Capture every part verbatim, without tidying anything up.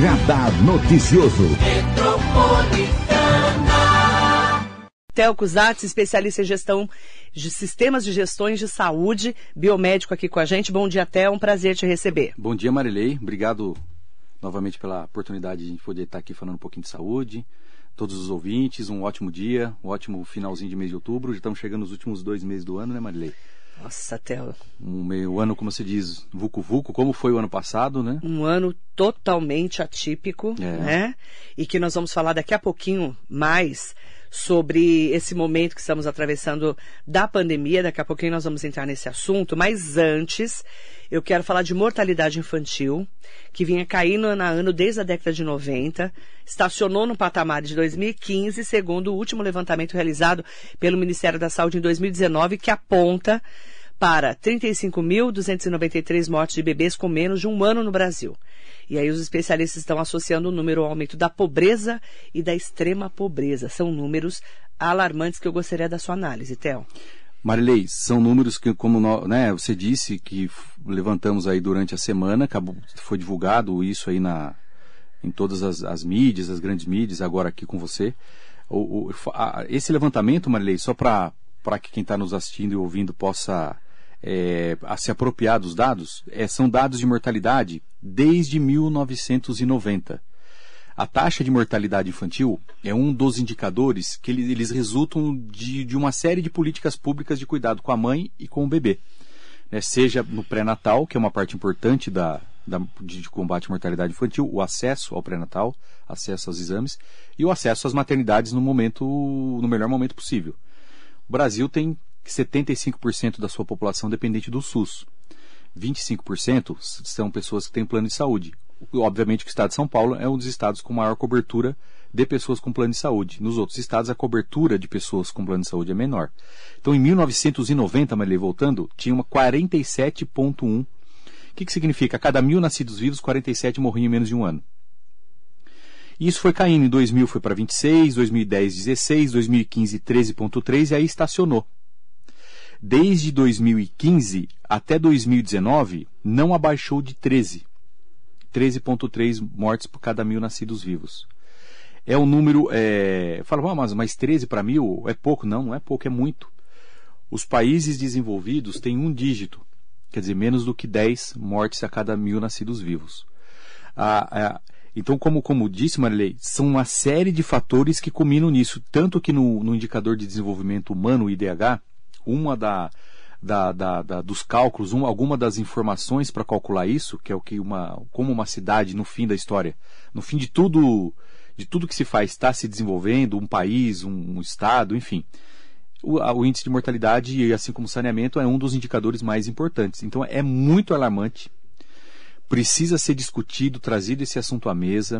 Radar Noticioso. Theo Cusatz, especialista em gestão de sistemas de gestões de saúde, biomédico aqui com a gente. Bom dia, Theo, um prazer te receber. Bom dia, Marilei. Obrigado novamente pela oportunidade de poder estar aqui falando um pouquinho de saúde. Todos os ouvintes, um ótimo dia, um ótimo finalzinho de mês de outubro. Já estamos chegando nos últimos dois meses do ano, né, Marilei? Nossa, Theo. Um meio ano, como você diz, vucu-vucu, como foi o ano passado, né? Um ano totalmente atípico, é. né? E que nós vamos falar daqui a pouquinho mais sobre esse momento que estamos atravessando da pandemia. Daqui a pouquinho nós vamos entrar nesse assunto, mas antes eu quero falar de mortalidade infantil, que vinha caindo ano a ano desde a década de noventa, estacionou no patamar de dois mil e quinze, segundo o último levantamento realizado pelo Ministério da Saúde em dois mil e dezenove, que aponta para trinta e cinco mil duzentos e noventa e três mortes de bebês com menos de um ano no Brasil. E aí os especialistas estão associando o número ao aumento da pobreza e da extrema pobreza. São números alarmantes que eu gostaria da sua análise, Theo. Marilei, são números que, como nós, né, você disse, que levantamos aí durante a semana, acabou, foi divulgado isso aí na, em todas as, as mídias, as grandes mídias, agora aqui com você. O, o, a, esse levantamento, Marilei, só para que quem está nos assistindo e ouvindo possa é, a se apropriar dos dados, é, são dados de mortalidade desde mil novecentos e noventa. A taxa de mortalidade infantil é um dos indicadores que eles, eles resultam de, de uma série de políticas públicas de cuidado com a mãe e com o bebê. Né? Seja no pré-natal, que é uma parte importante da, da, de, de combate à mortalidade infantil, o acesso ao pré-natal, acesso aos exames, e o acesso às maternidades no, momento, no melhor momento possível. O Brasil tem setenta e cinco por cento da sua população dependente do SUS. vinte e cinco por cento são pessoas que têm plano de saúde. Obviamente que o estado de São Paulo é um dos estados com maior cobertura de pessoas com plano de saúde. Nos outros estados, a cobertura de pessoas com plano de saúde é menor. Então, em mil novecentos e noventa, Marilei, voltando, tinha uma quarenta e sete vírgula um. O que, que significa? A cada mil nascidos vivos, quarenta e sete morriam em menos de um ano. E isso foi caindo. Em dois mil foi para vinte e seis, dois mil e dez, dezesseis, dois mil e quinze, treze vírgula três, e aí estacionou. Desde dois mil e quinze até dois mil e dezenove, não abaixou de treze. treze vírgula três mortes por cada mil nascidos vivos. É um número... É... Fala, ah, mas, mas treze para mil é pouco? Não, não é pouco, é muito. Os países desenvolvidos têm um dígito, quer dizer, menos do que dez mortes a cada mil nascidos vivos. Ah, ah, então, como, como disse, Marilei, são uma série de fatores que culminam nisso. Tanto que no, no indicador de desenvolvimento humano, o I D H, uma da... Da, da, da, dos cálculos, um, alguma das informações para calcular isso, que é o que uma, como uma cidade no fim da história, no fim de tudo, de tudo que se faz, está se desenvolvendo, um país, um, um estado, enfim. O, a, o índice de mortalidade, assim como o saneamento, é um dos indicadores mais importantes. Então é muito alarmante, precisa ser discutido, trazido esse assunto à mesa,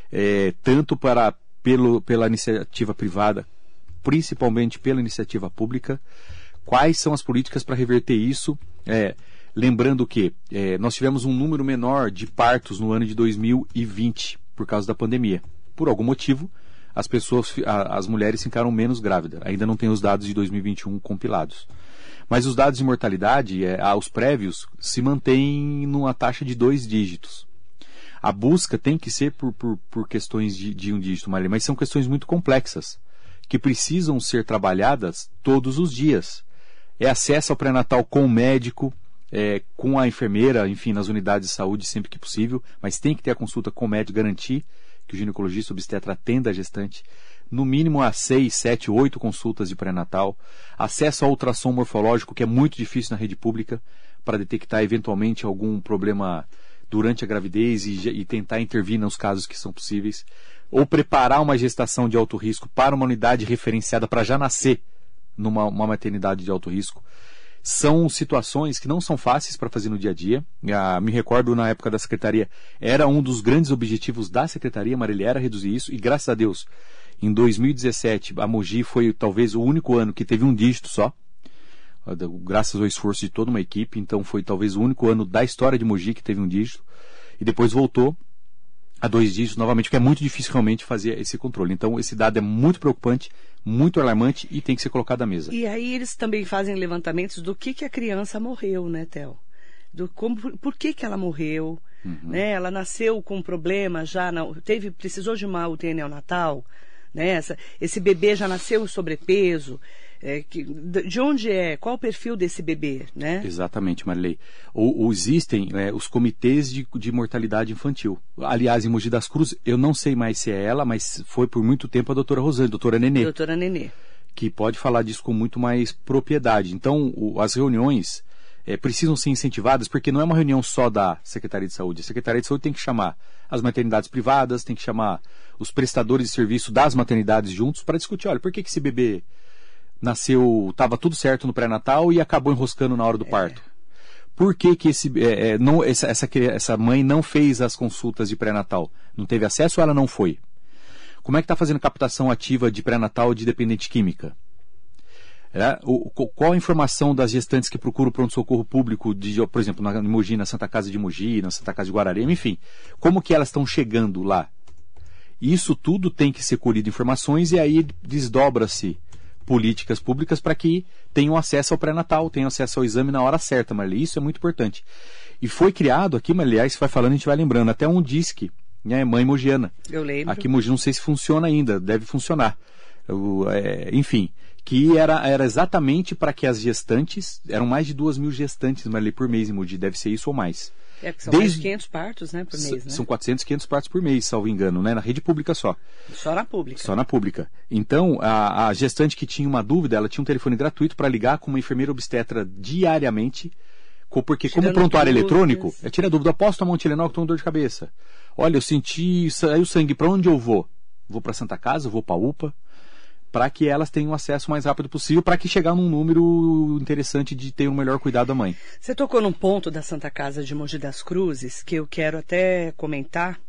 é, tanto para, pelo, pela iniciativa privada, principalmente pela iniciativa pública. Quais são as políticas para reverter isso? É, lembrando que é, nós tivemos um número menor de partos no ano de dois mil e vinte por causa da pandemia. Por algum motivo, as pessoas, as mulheres ficaram menos grávidas. Ainda não tem os dados de dois mil e vinte e um compilados. Mas os dados de mortalidade, é, os prévios, se mantêm numa taxa de dois dígitos. A busca tem que ser por, por, por questões de, de um dígito, Maria, mas são questões muito complexas, que precisam ser trabalhadas todos os dias. É acesso ao pré-natal com o médico, é, com a enfermeira, enfim, nas unidades de saúde sempre que possível, mas tem que ter a consulta com o médico, garantir que o ginecologista obstetra atenda a gestante, no mínimo a seis, sete, oito consultas de pré-natal, acesso ao ultrassom morfológico, que é muito difícil na rede pública, para detectar eventualmente algum problema durante a gravidez e, e tentar intervir nos casos que são possíveis, ou preparar uma gestação de alto risco para uma unidade referenciada para já nascer numa uma maternidade de alto risco. São situações que não são fáceis para fazer no dia a dia. Ah, me recordo, na época da Secretaria, era um dos grandes objetivos da Secretaria, Marília, era reduzir isso, e graças a Deus, em dois mil e dezessete, a Mogi foi talvez o único ano que teve um dígito só, graças ao esforço de toda uma equipe, então foi talvez o único ano da história de Mogi que teve um dígito, e depois voltou a dois dígitos novamente, porque é muito difícil realmente fazer esse controle. Então esse dado é muito preocupante, muito alarmante e tem que ser colocado à mesa. E aí eles também fazem levantamentos do que, que a criança morreu, né, Theo? Do como, por que, que ela morreu, uhum. né? Ela nasceu com um problema já, não, teve, precisou de uma U T I neonatal, né? Essa, esse bebê já nasceu em sobrepeso. É, que, de onde é? Qual o perfil desse bebê, né? Exatamente, Marilei. Ou, ou existem é, os comitês de, de mortalidade infantil. Aliás, em Mogi das Cruzes, eu não sei mais se é ela, mas foi por muito tempo a doutora Rosane, doutora Nenê. Doutora Nenê. Que pode falar disso com muito mais propriedade. Então, o, as reuniões é, precisam ser incentivadas, porque não é uma reunião só da Secretaria de Saúde. A Secretaria de Saúde tem que chamar as maternidades privadas, tem que chamar os prestadores de serviço das maternidades juntos para discutir, olha, por que, que esse bebê nasceu, estava tudo certo no pré-natal e acabou enroscando na hora do parto? É. Por que que esse, é, é, não, essa, essa, essa mãe não fez as consultas de pré-natal? Não teve acesso ou ela não foi? Como é que está fazendo captação ativa de pré-natal de dependente química? É, o, qual a informação das gestantes que procuram o pronto-socorro público, de, por exemplo, na Mogi, na Santa Casa de Mogi, na Santa Casa de Guararema, enfim. Como que elas estão chegando lá? Isso tudo tem que ser colhido informações e aí desdobra-se políticas públicas para que tenham acesso ao pré-natal, tenham acesso ao exame na hora certa, Marli. Isso é muito importante. E foi criado aqui, Marli, aí você vai falando, a gente vai lembrando, até um disque, né, Mãe Mogiana. Eu lembro. Aqui em Mogi, não sei se funciona ainda, deve funcionar. Eu, é, enfim, que era, era exatamente para que as gestantes, eram mais de duas mil gestantes, Marli, por mês em Mogi, deve ser isso ou mais. É, porque são Desde, mais de quinhentos partos, né, por mês, né? São quatrocentos, quinhentos partos por mês, salvo engano, né? Na rede pública só. Só na pública. Só na pública. Então, a, a gestante que tinha uma dúvida, ela tinha um telefone gratuito para ligar com uma enfermeira obstetra diariamente, porque Tirando como prontuário dúvidas. eletrônico, é tira dúvida, posso tomar um Tilenol que estou com dor de cabeça? Olha, eu senti, saiu sangue, para onde eu vou? Vou para Santa Casa, vou para a U P A, para que elas tenham acesso o mais rápido possível, para que chegar num número interessante de ter um melhor cuidado da mãe. Você tocou num ponto da Santa Casa de Mogi das Cruzes, que eu quero até comentar,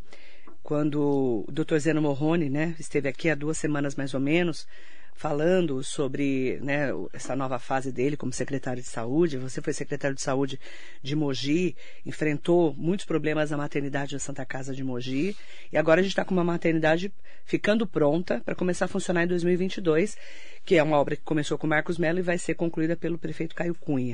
quando o doutor Zeno Morrone, né, esteve aqui há duas semanas mais ou menos, falando sobre, né, essa nova fase dele como secretário de saúde. Você foi secretário de saúde de Mogi, enfrentou muitos problemas na maternidade da Santa Casa de Mogi, e agora a gente está com uma maternidade ficando pronta para começar a funcionar em dois mil e vinte e dois, que é uma obra que começou com Marcos Mello e vai ser concluída pelo prefeito Caio Cunha.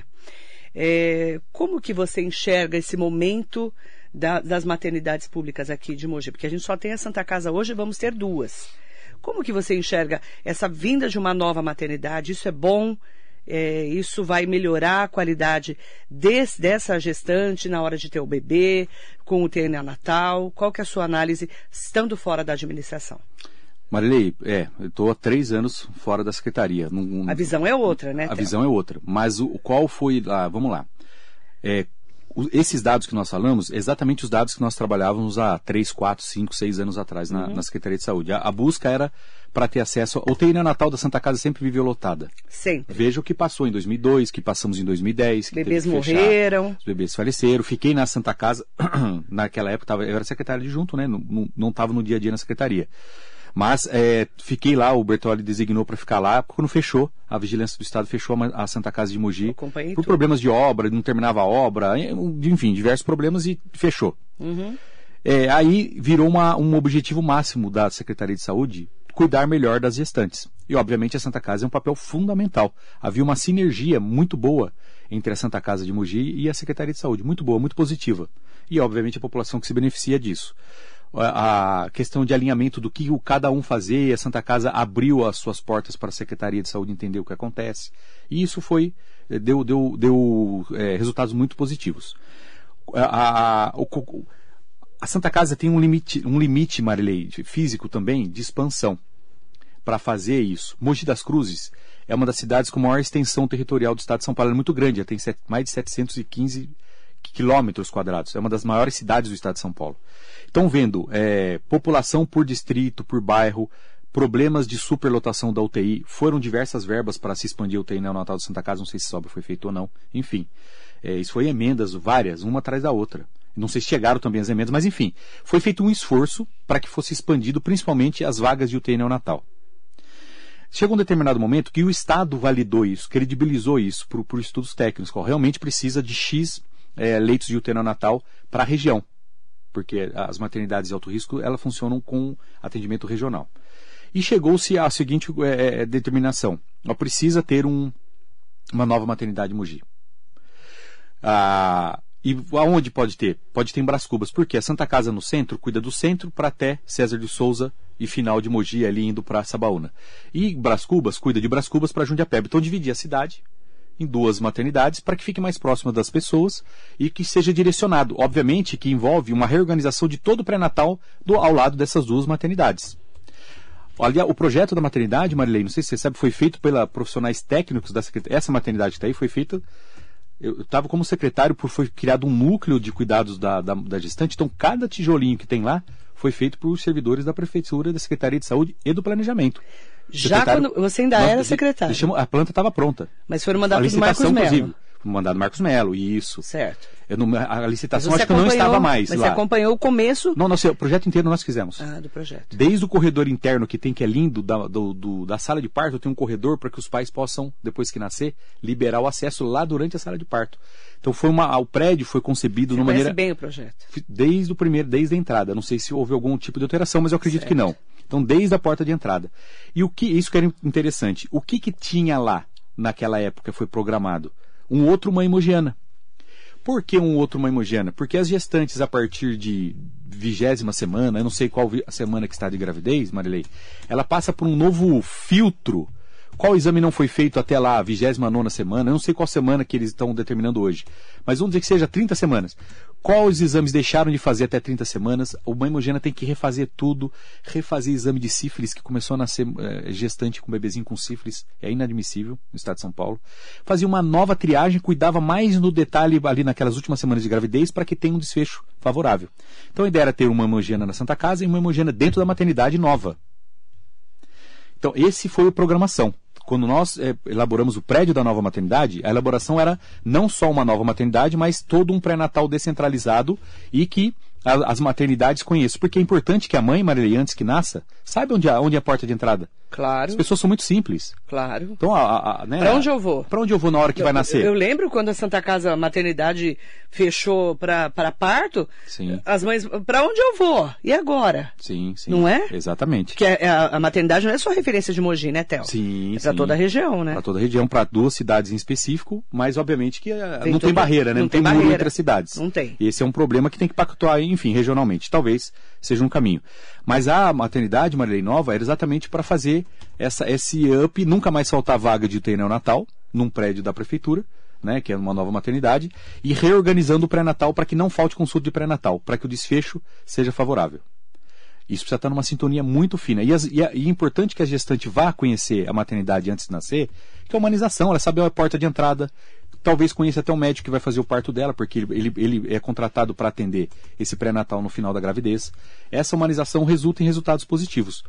É, como que você enxerga esse momento da, das maternidades públicas aqui de Mogi? Porque a gente só tem a Santa Casa hoje, vamos ter duas. Como que você enxerga essa vinda de uma nova maternidade? Isso é bom? É, isso vai melhorar a qualidade desse, dessa gestante na hora de ter o bebê, com o U T I neonatal? Qual que é a sua análise, estando fora da administração? Marilei, é, eu estou há três anos fora da secretaria. Num, a visão é outra, né? A Theo? visão é outra. Mas o qual foi, ah, vamos lá, é, esses dados que nós falamos, exatamente os dados que nós trabalhávamos há três, quatro, cinco, seis anos atrás na, uhum. na Secretaria de Saúde. A, a busca era para ter acesso... A U T I neonatal da Santa Casa sempre viveu lotada. Sempre. Veja o que passou em dois mil e dois, que passamos em dois mil e dez. Que bebês teve que morreram. Fechar, os bebês faleceram. Fiquei na Santa Casa, naquela época tava, eu era secretário adjunto, né? Não estava no dia a dia na secretaria. Mas é, fiquei lá, o Bertoli designou para ficar lá, quando fechou, a Vigilância do Estado fechou a Santa Casa de Mogi por tudo. Problemas de obra, não terminava a obra, enfim, diversos problemas e fechou. Uhum. É, aí virou uma, um objetivo máximo da Secretaria de Saúde, cuidar melhor das gestantes. E, obviamente, a Santa Casa é um papel fundamental. Havia uma sinergia muito boa entre a Santa Casa de Mogi e a Secretaria de Saúde, muito boa, muito positiva. E, obviamente, a população que se beneficia disso. A questão de alinhamento do que cada um fazer, a Santa Casa abriu as suas portas para a Secretaria de Saúde entender o que acontece. E isso foi, deu, deu, deu é, resultados muito positivos. A, a, o, a Santa Casa tem um limite, um limite, Marilei, físico também, de expansão para fazer isso. Mogi das Cruzes é uma das cidades com maior extensão territorial do estado de São Paulo, é muito grande, ela tem set, mais de setecentos e quinze quilômetros quadrados, é uma das maiores cidades do estado de São Paulo. Então, vendo é, população por distrito, por bairro, problemas de superlotação da U T I, foram diversas verbas para se expandir a U T I neonatal de Santa Casa, não sei se essa obra foi feita ou não, enfim. É, isso foi emendas várias, uma atrás da outra. Não sei se chegaram também as emendas, mas enfim, foi feito um esforço para que fosse expandido principalmente as vagas de U T I neonatal. Chegou um determinado momento que o Estado validou isso, credibilizou isso por, por estudos técnicos, qual realmente precisa de X é, leitos de U T I neonatal para a região, porque as maternidades de alto risco elas funcionam com atendimento regional. E chegou-se à seguinte é, determinação, ela precisa ter um, uma nova maternidade em Mogi. Ah, E aonde pode ter? Pode ter em Brás Cubas, porque a Santa Casa no centro cuida do centro para até César de Souza e final de Mogi ali indo para Sabaúna. E Brás Cubas cuida de Brás Cubas para Jundiapeba. Então dividir a cidade em duas maternidades para que fique mais próxima das pessoas e que seja direcionado. Obviamente que envolve uma reorganização de todo o pré-natal do, ao lado dessas duas maternidades. Olha, o projeto da maternidade, Marilei, não sei se você sabe, foi feito pelos profissionais técnicos da secretaria. Essa maternidade que está aí foi feita... Eu estava como secretário, por foi criado um núcleo de cuidados da, da, da gestante, então cada tijolinho que tem lá foi feito por servidores da Prefeitura, da Secretaria de Saúde e do Planejamento. Já quando você ainda nós, era secretário. Deixamos, a planta estava pronta. Mas foi no mandato do Marcos Melo. Mandado Marcos Melo, isso. Certo. Eu não, a licitação acho que eu não estava mais mas lá. Você acompanhou o começo? Não, não, o projeto inteiro nós fizemos. Ah, do projeto. Desde o corredor interno que tem, que é lindo, da, do, do, da sala de parto, tem um corredor para que os pais possam, depois que nascer, liberar o acesso lá durante a sala de parto. Então foi uma, o prédio foi concebido de uma maneira... Você conhece bem o projeto. Desde o primeiro, desde a entrada. Não sei se houve algum tipo de alteração, mas eu acredito certo. que não. Então, desde a porta de entrada. E o que, isso que era interessante, o que que tinha lá, naquela época, foi programado? Um outro mãe mogiana. Por que um outro mãe mogiana? Porque as gestantes a partir de vigésima semana, eu não sei qual a semana que está de gravidez, Marilei, ela passa por um novo filtro. Qual exame não foi feito até lá, a vigésima nona semana? Eu não sei qual semana que eles estão determinando hoje. Mas vamos dizer que seja trinta semanas. Quais exames deixaram de fazer até trinta semanas? O mãe mogiana tem que refazer tudo. Refazer exame de sífilis, que começou a nascer é, gestante com bebezinho com sífilis. É inadmissível no estado de São Paulo. Fazia uma nova triagem, cuidava mais no detalhe ali naquelas últimas semanas de gravidez para que tenha um desfecho favorável. Então a ideia era ter uma mãe mogiana na Santa Casa e uma mãe mogiana dentro da maternidade nova. Então esse foi a programação. Quando nós é, elaboramos o prédio da nova maternidade, a elaboração era não só uma nova maternidade, mas todo um pré-natal descentralizado e que a, as maternidades conheçam. Porque é importante que a mãe, Marilei, antes que nasça, saiba onde, onde é a porta de entrada. Claro. As pessoas são muito simples. Claro. Então, a, a, né, para onde eu vou? Para onde eu vou na hora que eu, vai nascer? Eu, eu lembro quando a Santa Casa a maternidade fechou para parto. Sim. As mães, para onde eu vou? E agora? Sim, sim. Não é? Exatamente. Que a, a, a maternidade não é só referência de Mogi, né, Theo? Sim, é para sim. toda a região, né? Para toda a região, para duas cidades em específico, mas obviamente que a, tem não todo, tem barreira, né? Não, não tem, tem muro entre as cidades. Não tem. Esse é um problema que tem que pactuar, enfim, regionalmente. Talvez seja um caminho. Mas a maternidade, Marilei Nova, era exatamente para fazer essa, esse up, nunca mais faltar vaga de U T I neonatal, num prédio da prefeitura, né, que é uma nova maternidade, e reorganizando o pré-natal para que não falte consulta de pré-natal, para que o desfecho seja favorável. Isso precisa estar numa sintonia muito fina. E, as, e, é, e é importante que a gestante vá conhecer a maternidade antes de nascer, que é a humanização, ela sabe a porta de entrada, talvez conheça até o médico que vai fazer o parto dela, porque ele, ele, ele é contratado para atender esse pré-natal no final da gravidez. Essa humanização resulta em resultados positivos.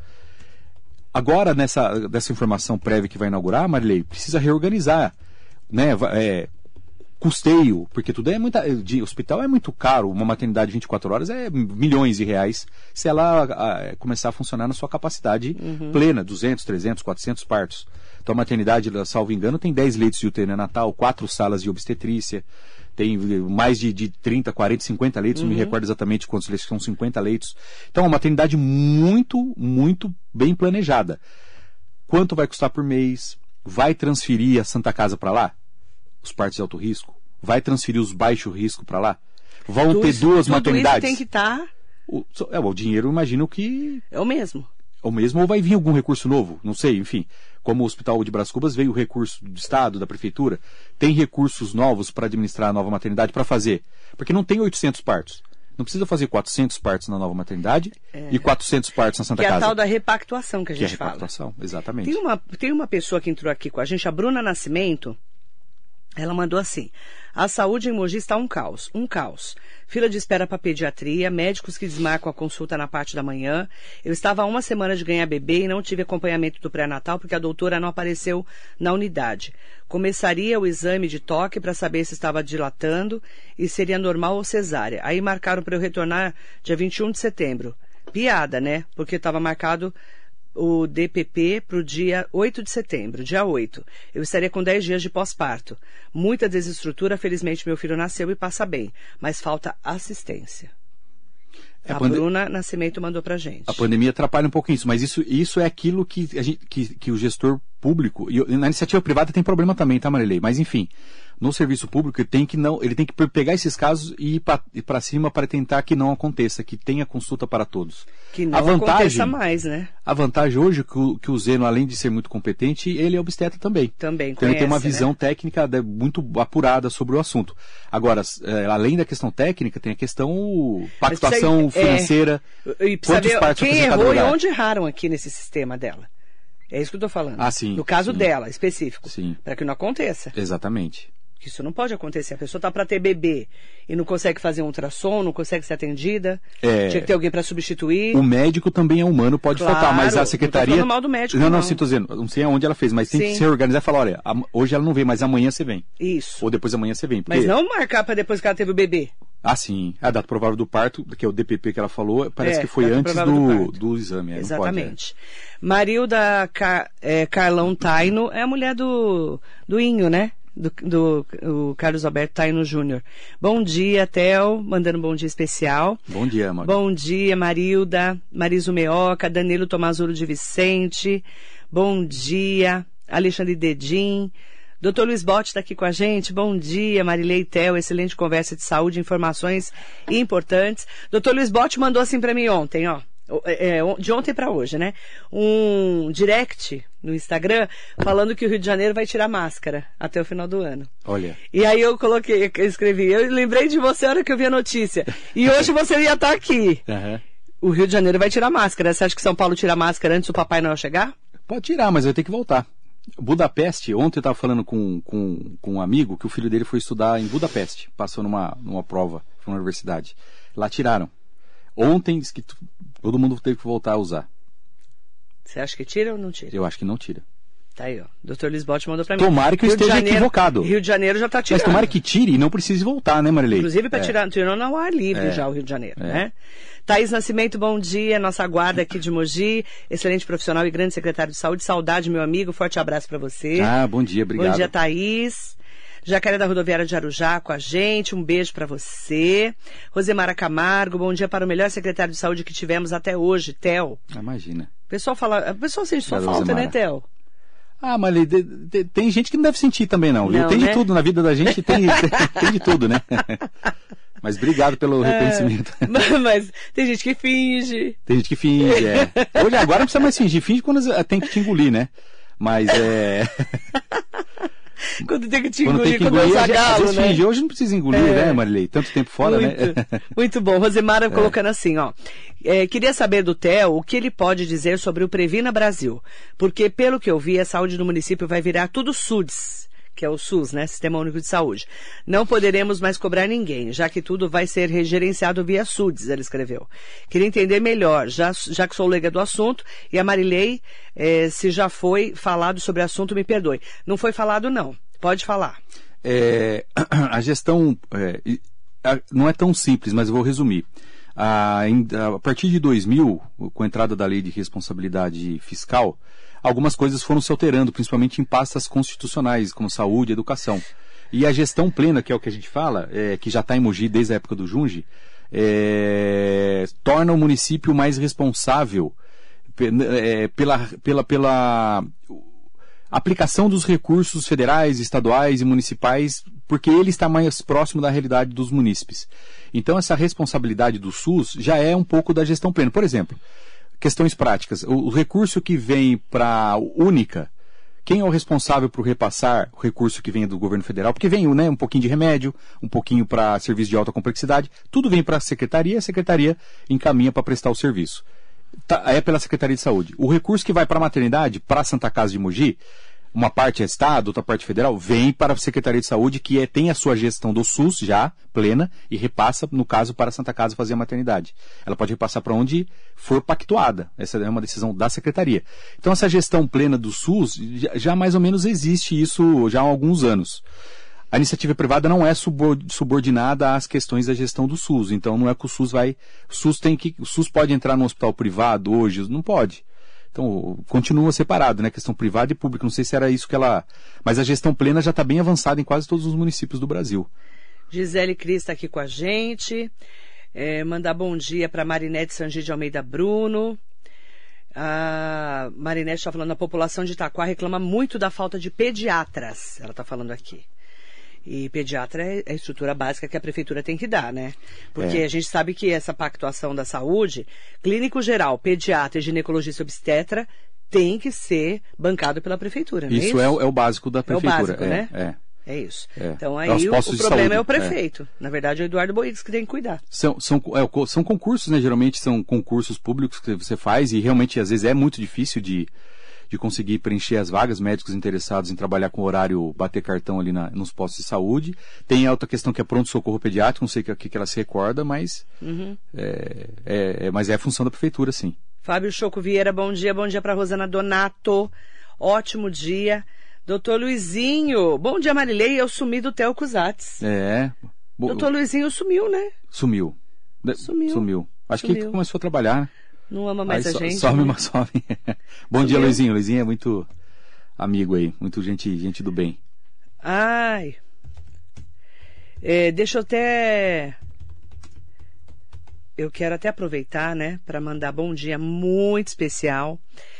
Agora, nessa dessa informação prévia que vai inaugurar, Marilei, precisa reorganizar, né, é, custeio, porque tudo é muito, de hospital é muito caro, uma maternidade de vinte e quatro horas é milhões de reais, se ela a, começar a funcionar na sua capacidade uhum. plena, duzentos, trezentos, quatrocentos partos. Então a maternidade, salvo engano, tem dez leitos de U T I neonatal, quatro salas de obstetrícia, tem mais de, de trinta, quarenta, cinquenta leitos, uhum. não me recordo exatamente quantos leitos, são cinquenta leitos. Então é uma maternidade muito, muito bem planejada. Quanto vai custar por mês? Vai transferir a Santa Casa para lá? Os partos de alto risco? Vai transferir os baixo risco para lá? Vão tudo ter isso, duas tudo maternidades? Isso tem que estar... Tá... O, é, o dinheiro, eu imagino que... É o mesmo. É o mesmo, ou vai vir algum recurso novo? Não sei, enfim. Como o Hospital de Brás Cubas veio o recurso do Estado, da Prefeitura, tem recursos novos para administrar a nova maternidade para fazer. Porque não tem oitocentos partos. Não precisa fazer quatrocentos partos na nova maternidade é. e quatrocentos partos na Santa Casa. Que é Casa. a tal da repactuação que a gente que é fala. Repactuação, exatamente. Tem uma, tem uma pessoa que entrou aqui com a gente, a Bruna Nascimento. Ela mandou assim: a saúde em Mogi está um caos, um caos. Fila de espera para pediatria, médicos que desmarcam a consulta na parte da manhã. Eu estava há uma semana de ganhar bebê e não tive acompanhamento do pré-natal porque a doutora não apareceu na unidade. Começaria o exame de toque para saber se estava dilatando e seria normal ou cesárea. Aí marcaram para eu retornar dia vinte e um de setembro. Piada, né? Porque estava marcado o D P P para o dia oito de setembro, dia oito. Eu estaria com dez dias de pós-parto. Muita desestrutura, felizmente meu filho nasceu e passa bem, mas falta assistência. É, a, a pande... Bruna Nascimento mandou pra gente. A pandemia atrapalha um pouco isso, mas isso, isso é aquilo que, a gente, que, que o gestor público, e na iniciativa privada tem problema também, tá, Marilei? Mas enfim, no serviço público ele tem que, não, ele tem que pegar esses casos e ir para cima para tentar que não aconteça, que tenha consulta para todos. Que não a vantagem, aconteça mais, né? A vantagem hoje é que o, que o Zeno, além de ser muito competente, ele é obstetra também. Também então conhece, ele tem uma visão né? técnica muito apurada sobre o assunto. Agora, é, além da questão técnica, tem a questão pactuação precisa, financeira. É, e quantos saber partos quem apresentados errou no e lugar? onde erraram aqui nesse sistema dela. É isso que eu estou falando. Ah, sim. No caso sim. dela, específico. Sim. Para que não aconteça. Exatamente. Porque isso não pode acontecer. A pessoa está para ter bebê e não consegue fazer um ultrassom, não consegue ser atendida. É... Tinha que ter alguém para substituir. O médico também é humano, pode claro, faltar, mas a secretaria... Não tô falando mal do médico, não. Não, não. não, sim, tô dizendo, não sei aonde ela fez, mas tem sim. que se organizar e falar, olha, hoje ela não vem, mas amanhã você vem. Isso. Ou depois amanhã você vem. Porque... Mas não marcar para depois que ela teve o bebê. Ah, sim. A data provável do parto, que é o D P P que ela falou, parece é, que foi antes do, do, do exame. É, exatamente. Não pode, é. Marilda Car, é, Carlão Taino é a mulher do, do Inho, né? Do, do o Carlos Alberto Taino Júnior. Bom dia, Theo, mandando um bom dia especial. Bom dia, Marilda. Bom dia, Marilda, Mariso Meoca, Danilo Tomazuro de Vicente. Bom dia, Alexandre Dedim. doutor Luiz Botti está aqui com a gente. Bom dia, Marilei e Theo. Excelente conversa de saúde, informações importantes. doutor Luiz Botti mandou assim para mim ontem, ó. É, de ontem para hoje, né? Um direct no Instagram falando que o Rio de Janeiro vai tirar máscara até o final do ano. Olha. E aí eu coloquei, eu escrevi, eu lembrei de você na hora que eu vi a notícia. E hoje você ia estar aqui. Uhum. O Rio de Janeiro vai tirar máscara. Você acha que São Paulo tira máscara antes do Papai Noel chegar? Pode tirar, mas vai ter que voltar. Budapeste, ontem eu estava falando com, com, com um amigo que o filho dele foi estudar em Budapeste, passou numa, numa prova na universidade. Lá tiraram. Ontem disse que todo mundo teve que voltar a usar. Você acha que tira ou não tira? Eu acho que não tira. Tá aí, ó. doutor Luiz Botti mandou pra mim. Tomara que eu esteja Janeiro, equivocado. Rio de Janeiro já tá tirando. Mas tomara que tire e não precise voltar, né, Marilei? Inclusive para é. tirar, tirando ao ar livre é. já o Rio de Janeiro, é. né? Thaís Nascimento, bom dia. Nossa guarda aqui de Mogi. Excelente profissional e grande secretário de saúde. Saudade, meu amigo. Forte abraço para você. Ah, bom dia, obrigado. Bom dia, Thaís. Jacaré da Rodoviária de Arujá com a gente, um beijo para você. Rosemara Camargo, bom dia para o melhor secretário de saúde que tivemos até hoje, Theo. Ah, imagina. O pessoal fala, o pessoal sente sua Obrigado, falta, Rosemara. né, Theo? Ah, mas de, de, tem gente que não deve sentir também, não. não tem né? de tudo na vida da gente, tem, tem, tem de tudo, né? Mas obrigado pelo reconhecimento. É, mas tem gente que finge. Tem gente que finge, é. Hoje, agora não precisa mais fingir. Finge quando tem que te engolir, né? Mas é... Quando tem que te quando engolir, tem que quando engolir, é às galo, vezes né? finge. Hoje não precisa engolir, é. né, Marilei? Tanto tempo fora, muito, né? Muito bom. Rosemara colocando assim, ó. É, queria saber do Theo o que ele pode dizer sobre o Previna Brasil. Porque, pelo que eu vi, a saúde do município vai virar tudo SUDS, que é o SUS, né? Sistema Único de Saúde. Não poderemos mais cobrar ninguém, já que tudo vai ser regerenciado via SUDS, ele escreveu. Queria entender melhor, já, já que sou leiga do assunto, e a Marilei, eh, se já foi falado sobre o assunto, me perdoe. Não foi falado, não. Pode falar. É, a gestão é, não é tão simples, mas eu vou resumir. A, a partir de dois mil, com a entrada da Lei de Responsabilidade Fiscal, algumas coisas foram se alterando, principalmente em pastas constitucionais, como saúde e educação. E a gestão plena, que é o que a gente fala, é, que já está em Mogi desde a época do Junge, é, torna o município mais responsável é, pela, pela, pela aplicação dos recursos federais, estaduais e municipais, porque ele está mais próximo da realidade dos munícipes. Então, essa responsabilidade do SUS já é um pouco da gestão plena. Por exemplo, questões práticas. O, o recurso que vem para a Única, quem é o responsável por repassar o recurso que vem do governo federal? Porque vem né, um pouquinho de remédio, um pouquinho para serviço de alta complexidade, tudo vem para a secretaria, a secretaria encaminha para prestar o serviço. Tá, é pela Secretaria de Saúde. O recurso que vai para a maternidade, para a Santa Casa de Mogi, uma parte é Estado, outra parte federal, vem para a Secretaria de Saúde, que é, tem a sua gestão do SUS já, plena, e repassa, no caso, para a Santa Casa fazer a maternidade. Ela pode repassar para onde for pactuada. Essa é uma decisão da Secretaria. Então, essa gestão plena do SUS, já, já mais ou menos existe isso já há alguns anos. A iniciativa privada não é subordinada às questões da gestão do SUS. Então, não é que o SUS vai... O SUS, tem que, o SUS pode entrar no hospital privado hoje? Não pode. Então, continua separado, né? Questão privada e pública. Não sei se era isso que ela... Mas a gestão plena já está bem avançada em quase todos os municípios do Brasil. Gisele Cris está aqui com a gente. É, mandar bom dia para Marinete Sangi de Almeida Bruno. A Marinete está falando, a população de Itaquá reclama muito da falta de pediatras. Ela está falando aqui. E pediatra é a estrutura básica que a prefeitura tem que dar, né? Porque É. a gente sabe que essa pactuação da saúde, clínico geral, pediatra, ginecologista e obstetra, tem que ser bancado pela prefeitura, não é Isso, isso? é, o, é o básico da prefeitura. É o básico, é, né? É. É isso. É. Então É aí os o, o postos de problema saúde, é o prefeito. Na verdade, é o Eduardo Boix que tem que cuidar. São, são, é, o- são concursos, né? Geralmente são concursos públicos que você faz e realmente às vezes é muito difícil de, de conseguir preencher as vagas, médicos interessados em trabalhar com horário, bater cartão ali na, nos postos de saúde. Tem a outra questão que é pronto-socorro pediátrico, não sei o que, que ela se recorda, mas, Uhum. é, é, é, mas é a função da prefeitura, sim. Fábio Choco Vieira, bom dia. Bom dia para Rosana Donato. Ótimo dia. Doutor Luizinho. Bom dia, Marilei. Eu sumi do Theo Cusatz. É. Bo- Doutor Luizinho sumiu, né? Sumiu. De- Sumiu. Sumiu. Acho Sumiu. que começou a trabalhar, né? Não ama mais Aí a so- gente. Some, né? mas some. Bom dia, Sumiu. Luizinho. Luizinho é muito amigo aí, muito gente, gente do bem. Ai. É, deixa eu até... Eu quero até aproveitar, né, para mandar bom dia muito especial.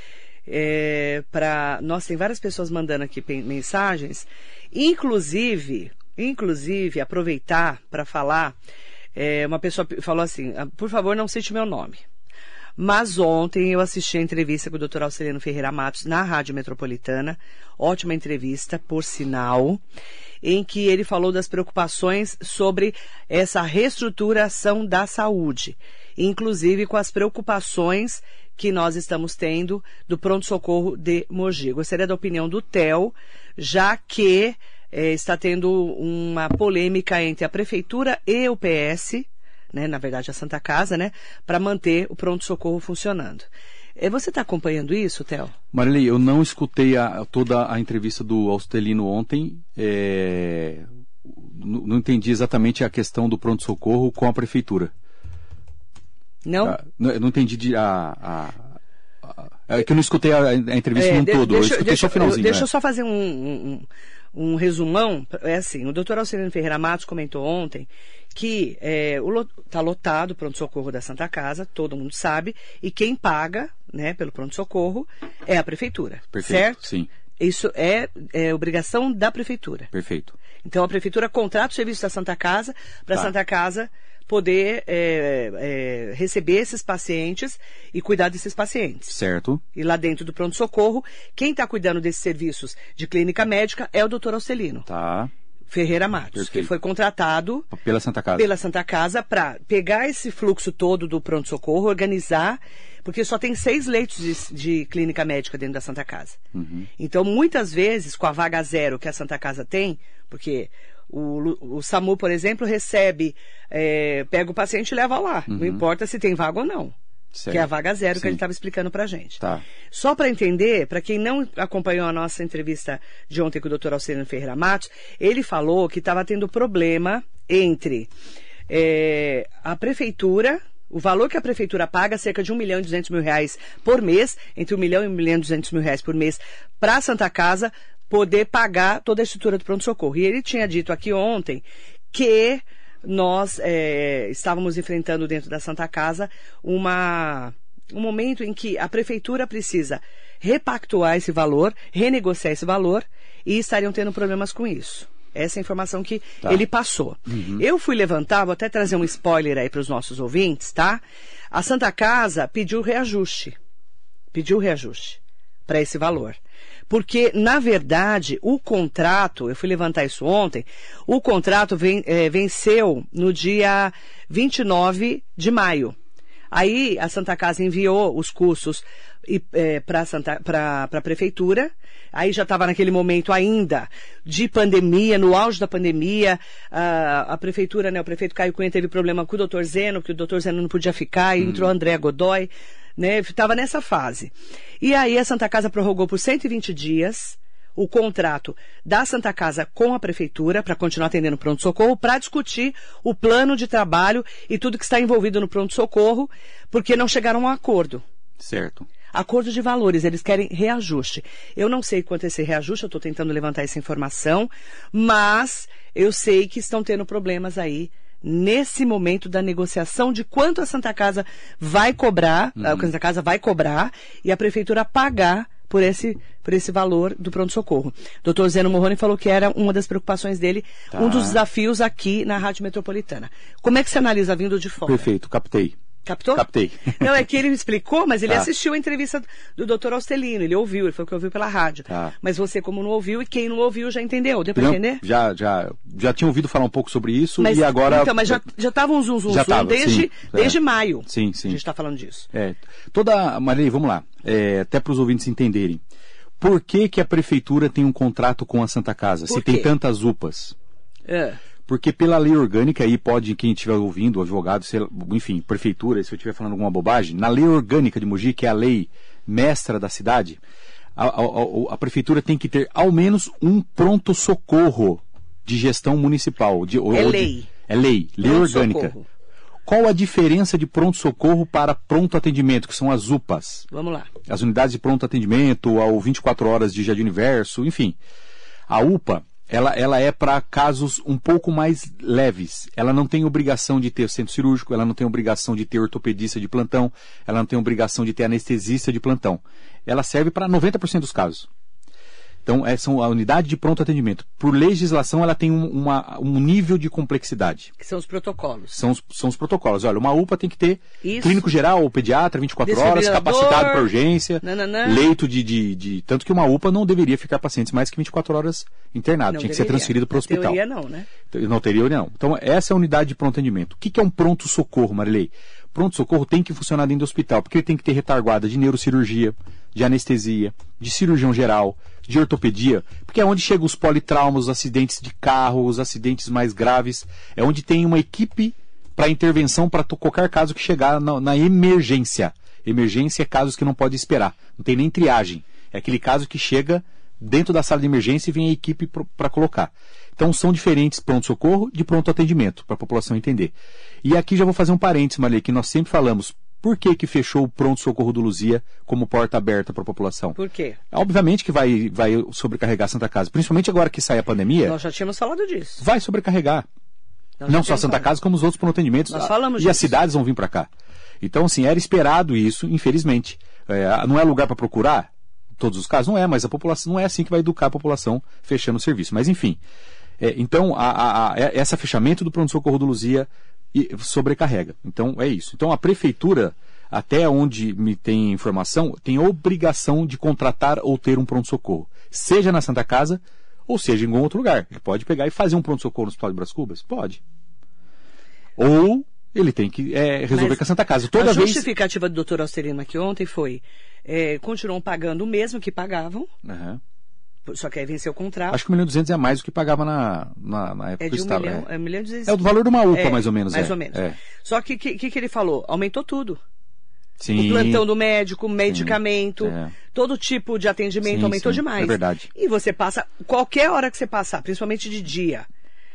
É, para Nossa, tem várias pessoas mandando aqui pen- mensagens. Inclusive, inclusive, aproveitar para falar. É, uma pessoa p- falou assim: "Ah, por favor, não cite meu nome. Mas ontem eu assisti a entrevista com o doutor Alcelino Ferreira Matos na Rádio Metropolitana. Ótima entrevista, por sinal, em que ele falou das preocupações sobre essa reestruturação da saúde, inclusive com as preocupações que nós estamos tendo do pronto-socorro de Mogi. Gostaria da opinião do Theo, já que eh, está tendo uma polêmica entre a Prefeitura e o P S, né, na verdade a Santa Casa, né, para manter o pronto-socorro funcionando. Eh, Você está acompanhando isso, Theo? Marilei, eu não escutei a- toda a entrevista do Alcelino ontem. é, n- Não entendi exatamente a questão do pronto-socorro com a prefeitura. Não? Ah, não- Eu não entendi de- a, a- a- É que eu não escutei a, a entrevista É, num de- todo, eu deixa, escutei deixa- só o finalzinho. Deixa é. eu só fazer um, um, um- um resumão. É assim, o doutor Alcelino Ferreira Matos comentou ontem que está lotado o pronto-socorro da Santa Casa, todo mundo sabe, e quem paga, né, pelo pronto-socorro é a Prefeitura, Perfeito, certo? sim, Isso é, é obrigação da Prefeitura. perfeito. Então a Prefeitura contrata o serviço da Santa Casa para a Tá. Santa Casa poder é, é, receber esses pacientes e cuidar desses pacientes. Certo, E lá dentro do pronto-socorro, quem está cuidando desses serviços de clínica médica é o doutor Alcelino tá. Ferreira Matos, Perfeito. que foi contratado Pela Santa Casa. pela Santa Casa para pegar esse fluxo todo do pronto-socorro, organizar, porque só tem seis leitos de, de clínica médica dentro da Santa Casa. Uhum. Então, muitas vezes, com a vaga zero que a Santa Casa tem, porque o, Lu- o SAMU, por exemplo, recebe, é, pega o paciente e leva lá. Não importa se tem vaga ou não. Certo. Que é a vaga zero que Sim. ele estava explicando pra gente. Tá. Só para entender, para quem não acompanhou a nossa entrevista de ontem com o doutor Alcelino Ferreira Matos, ele falou que estava tendo problema entre é, a prefeitura, o valor que a prefeitura paga, cerca de um milhão e duzentos mil reais por mês, entre um milhão e um milhão e duzentos mil reais por mês, para a Santa Casa poder pagar toda a estrutura do pronto-socorro. E ele tinha dito aqui ontem que nós é, estávamos enfrentando dentro da Santa Casa uma, um momento em que a prefeitura precisa repactuar esse valor, renegociar esse valor, e estariam tendo problemas com isso. Essa é a informação que Tá. ele passou. Eu fui levantar, vou até trazer um spoiler aí para os nossos ouvintes, tá? A Santa Casa pediu reajuste. Pediu reajuste para esse valor. Porque, na verdade, o contrato, eu fui levantar isso ontem, o contrato ven- eh, venceu no dia vinte e nove de maio. Aí a Santa Casa enviou os cursos para a prefeitura. Aí já estava naquele momento ainda de pandemia, no auge da pandemia. A, a prefeitura, né, o prefeito Caio Cunha teve problema com o doutor Zeno, que o doutor Zeno não podia ficar, e entrou André Godoy, né? Estava nessa fase. E aí a Santa Casa prorrogou por cento e vinte dias o contrato da Santa Casa com a prefeitura para continuar atendendo o pronto-socorro, para discutir o plano de trabalho e tudo que está envolvido no pronto-socorro, porque não chegaram a um acordo. Certo. Acordo de valores, eles querem reajuste. Eu não sei quanto é esse reajuste, eu estou tentando levantar essa informação, mas eu sei que estão tendo problemas aí nesse momento da negociação de quanto a Santa Casa vai cobrar, Uhum. a Santa Casa vai cobrar e a prefeitura pagar por esse, por esse valor do pronto-socorro. doutor Zeno Morrone falou que era uma das preocupações dele, tá. um dos desafios aqui na Rádio Metropolitana. Como é que você analisa vindo de fora? Perfeito, captei. Captou? Captei. Não, é que ele me explicou, mas ele tá. assistiu a entrevista do doutor Austelino, ele ouviu, ele foi o que ouviu pela rádio. Tá. Mas você, como não ouviu, e quem não ouviu já entendeu, deu pra não, entender? Já, já, já tinha ouvido falar um pouco sobre isso mas, e agora... Então, mas já, já tava um zum, zum, já zum tava, desde, sim, desde é. maio. Sim, sim. A gente tá falando disso. É, toda... Maria, vamos lá, é, até para os ouvintes entenderem. Por que que a prefeitura tem um contrato com a Santa Casa, Por se quê? tem tantas U P As? É. Porque pela lei orgânica, aí pode, quem estiver ouvindo, advogado, sei lá, enfim, prefeitura, se eu estiver falando alguma bobagem, na lei orgânica de Mogi, que é a lei mestra da cidade, a, a, a, a prefeitura tem que ter ao menos um pronto-socorro de gestão municipal. De, É ou, lei. De, é lei, lei orgânica. Qual a diferença de pronto-socorro para pronto-atendimento, que são as U P As? Vamos lá. As unidades de pronto-atendimento, ao vinte e quatro horas de Jardim Universo, enfim. A U P A, ela, ela é para casos um pouco mais leves. Ela não tem obrigação de ter centro cirúrgico, ela não tem obrigação de ter ortopedista de plantão, ela não tem obrigação de ter anestesista de plantão. Ela serve para noventa por cento dos casos. Então, essa é a unidade de pronto atendimento. Por legislação, ela tem um, uma, um nível de complexidade. Que são os protocolos. São os, são os protocolos. Olha, uma U P A tem que ter Isso. clínico geral ou pediatra, vinte e quatro horas, capacitado para urgência, nananã. leito de, de, de... Tanto que uma U P A não deveria ficar pacientes mais que vinte e quatro horas internado. Não tinha que deveria. ser transferido para o hospital. Teoria não, né? Não teria não. Então, essa é a unidade de pronto atendimento. O que, que é um pronto-socorro, Marilei? Pronto-socorro tem que funcionar dentro do hospital, porque ele tem que ter retaguarda de neurocirurgia, de anestesia, de cirurgião geral, de ortopedia, porque é onde chegam os politraumas, os acidentes de carro, os acidentes mais graves, é onde tem uma equipe para intervenção para qualquer caso que chegar na, na emergência. Emergência é casos que não pode esperar, não tem nem triagem. É aquele caso que chega dentro da sala de emergência e vem a equipe para colocar. Então são diferentes pronto-socorro de pronto-atendimento, para a população entender. E aqui já vou fazer um parênteses, Maria, que nós sempre falamos. Por que que fechou o pronto-socorro do Luzia como porta aberta para a população? Por quê? Obviamente que vai, vai sobrecarregar a Santa Casa, principalmente agora que sai a pandemia. Nós já tínhamos falado disso. Vai sobrecarregar. Nós Não só a Santa falado. Casa, como os outros pronto-atendimentos. Nós falamos e disso. as cidades vão vir para cá. Então, assim, era esperado isso, infelizmente. É, não é lugar para procurar todos os casos? Não é, mas a população não é assim que vai educar a população fechando o serviço. Mas, enfim. É, então, a, a, a, esse fechamento do pronto-socorro do Luzia sobrecarrega. Então, é isso. Então, a prefeitura, até onde me tem informação, tem obrigação de contratar ou ter um pronto-socorro. Seja na Santa Casa, ou seja em algum outro lugar. Ele pode pegar e fazer um pronto-socorro no Hospital de Brás Cubas? Pode. Ou ele tem que é, resolver Mas com a Santa Casa. Toda a vez... justificativa do doutor Austelino aqui ontem foi, é, continuam pagando o mesmo que pagavam, Uhum. só que aí venceu o contrato. Acho que um milhão e duzentos é mais do que pagava na, na, na época É do de um Estado. milhão, é. é um milhão e duzentos. É o valor de uma U P A, É, mais ou menos. Mais é. ou menos. É. Só que o que, que, que ele falou? Aumentou tudo. Sim. O plantão do médico, medicamento, é. todo tipo de atendimento Sim, aumentou sim, demais. é verdade. E você passa, qualquer hora que você passar, principalmente de dia,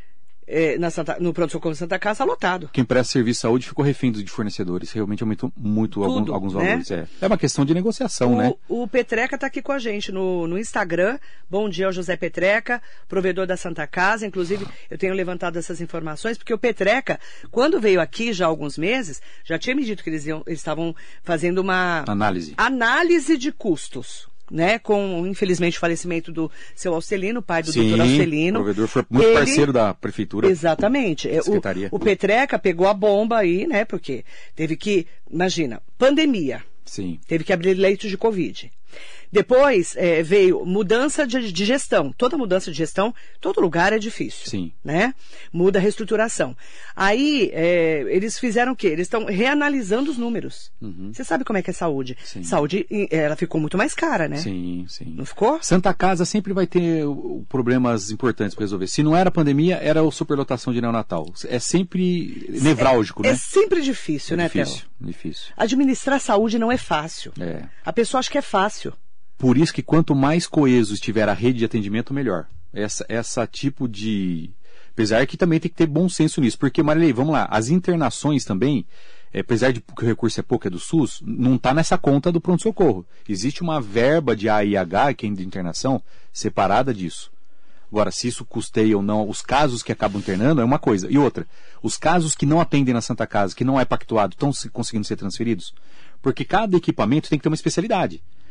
é, na Santa, no pronto-socorro Santa Casa, lotado. Quem presta serviço de saúde ficou refém de fornecedores. Realmente aumentou muito alguns, Tudo, alguns né? valores. É. é uma questão de negociação, O, né? o Petreca está aqui com a gente no, no Instagram. Bom dia ao José Petreca, provedor da Santa Casa. Inclusive, eu tenho levantado essas informações, porque o Petreca, quando veio aqui já há alguns meses, já tinha me dito que eles, iam, eles estavam fazendo uma Análise. análise de custos. Né, com, infelizmente, o falecimento do seu Austelino, pai do Sim, doutor Austelino. O provedor foi muito Ele- parceiro da prefeitura. Exatamente. É, Secretaria. O, o Petreca pegou a bomba aí, né? Porque teve que, imagina, pandemia. Sim. Teve que abrir leitos de Covid. Depois é, veio mudança de, de gestão. Toda mudança de gestão, todo lugar é difícil. Sim. Né? Muda a reestruturação. Aí, é, eles fizeram o quê? Eles estão reanalisando os números. Uhum. Você sabe como é que é saúde? Sim. Saúde, ela ficou muito mais cara, né? Sim, sim. Não ficou? Santa Casa sempre vai ter uh, problemas importantes para resolver. Se não era pandemia, era a superlotação de neonatal. É sempre nevrálgico, é, né? É sempre difícil, é né, difícil, Theo? difícil. Administrar saúde não é fácil. É. A pessoa acha que é fácil. Por isso que quanto mais coeso estiver a rede de atendimento, melhor. Essa, essa tipo de... Apesar que também tem que ter bom senso nisso. Porque, Marilei, vamos lá, as internações também, é, apesar de que o recurso é pouco, é do SUS, não está nessa conta do pronto-socorro. Existe uma verba de A I H, que é de internação, separada disso. Agora, se isso custeia ou não, os casos que acabam internando é uma coisa. E outra, os casos que não atendem na Santa Casa, que não é pactuado, estão conseguindo ser transferidos? Porque cada equipamento tem que ter uma especialidade.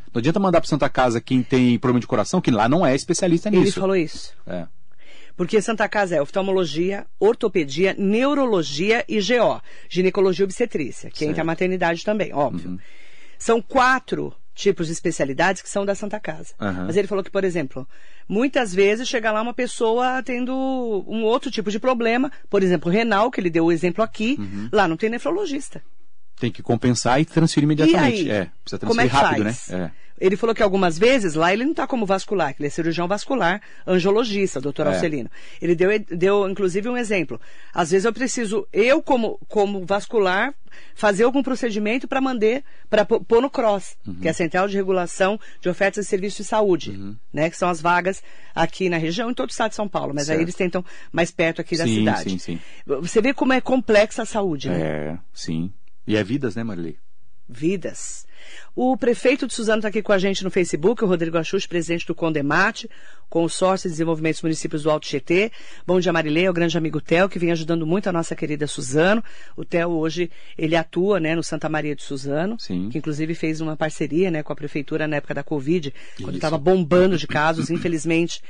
Não adianta mandar para Santa Casa quem tem problema de coração, que lá não é especialista nisso. Ele falou isso. É. Porque Santa Casa é oftalmologia, ortopedia, neurologia e G O, ginecologia e obstetrícia, que Certo. entra a maternidade também, óbvio. Uhum. São quatro tipos de especialidades que são da Santa Casa. Uhum. Mas ele falou que, por exemplo, muitas vezes chega lá uma pessoa tendo um outro tipo de problema, por exemplo, renal, que ele deu o exemplo aqui, Uhum. lá não tem nefrologista. Tem que compensar e transferir imediatamente. E aí? É, precisa Como é transferir que rápido, faz? né? É. Ele falou que algumas vezes lá ele não está como vascular, que ele é cirurgião vascular, angiologista, doutor É. Alcelino. Ele deu, deu, inclusive, um exemplo. Às vezes eu preciso, eu como, como vascular, fazer algum procedimento para mandar, para pôr no CROSS, Uhum. que é a Central de Regulação de Ofertas de Serviços de Saúde, Uhum. né, que são as vagas aqui na região, em todo o estado de São Paulo, mas Certo. aí eles tentam mais perto aqui da Sim, cidade. sim, sim. Você vê como é complexa a saúde, né? É, sim. E é vidas, né, Marilei? Vidas. O prefeito de Suzano está aqui com a gente no Facebook, o Rodrigo Axux, presidente do Condemate, Consórcio de Desenvolvimento dos Municípios do Alto Tietê. Bom dia, Marilei, é o grande amigo Theo, que vem ajudando muito a nossa querida Suzano. O Theo hoje, ele atua, né, no Santa Maria de Suzano, Sim. que inclusive fez uma parceria, né, com a prefeitura na época da Covid, quando Isso. estava bombando de casos, infelizmente.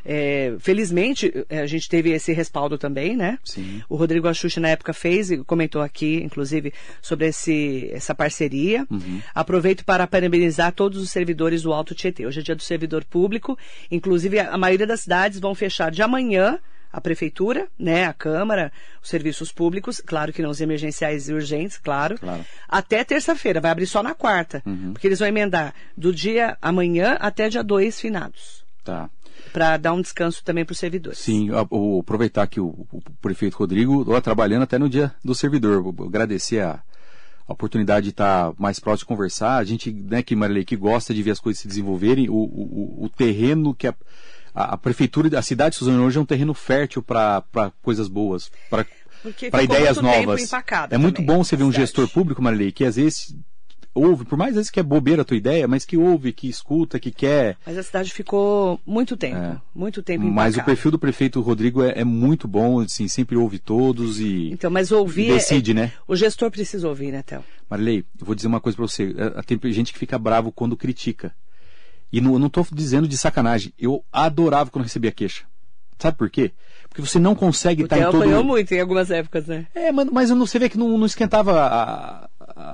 É, felizmente, a gente teve esse respaldo também, né? Sim. O Rodrigo Axux, na época, fez e comentou aqui, inclusive, sobre esse, essa parceria. Uhum. Aproveito para parabenizar todos os servidores do Alto Tietê. Hoje é dia do servidor público. Inclusive, a, a maioria das cidades vão fechar de amanhã a prefeitura, né, a Câmara, os serviços públicos, claro que não os emergenciais e urgentes, claro, Claro. até terça-feira, vai abrir só na quarta, Uhum. porque eles vão emendar do dia amanhã até dia dois finados, Tá. para dar um descanso também para os servidores. Sim, a- o, aproveitar que o, o prefeito Rodrigo está trabalhando até no dia do servidor. Vou agradecer a, a oportunidade de estar mais próximo de conversar. A gente, né, que Marilei, que gosta de ver as coisas se desenvolverem, o, o, o terreno que a, a, a prefeitura, a cidade de Suzano hoje é um terreno fértil para coisas boas, para Porque para ficou ideias muito tempo novas. empacado É muito também, bom você ver um a cidade. gestor público, Marilei, que às vezes ouve, por mais vezes que é bobeira a tua ideia, mas que ouve, que escuta, que quer. Mas a cidade ficou muito tempo, É. muito tempo Mas o empacado. perfil do prefeito Rodrigo é, é muito bom, assim, sempre ouve todos e Então, mas ouvir... decide, é- né? O gestor precisa ouvir, né, Theo? Marilei, eu vou dizer uma coisa pra você. É, Tem gente que fica bravo quando critica. E não, eu não tô dizendo de sacanagem. Eu adorava quando recebia queixa. Sabe por quê? Porque você não consegue O estar em Theo todo... apanhou muito em algumas épocas, né? É, mas, mas eu não- você vê que não, não esquentava a,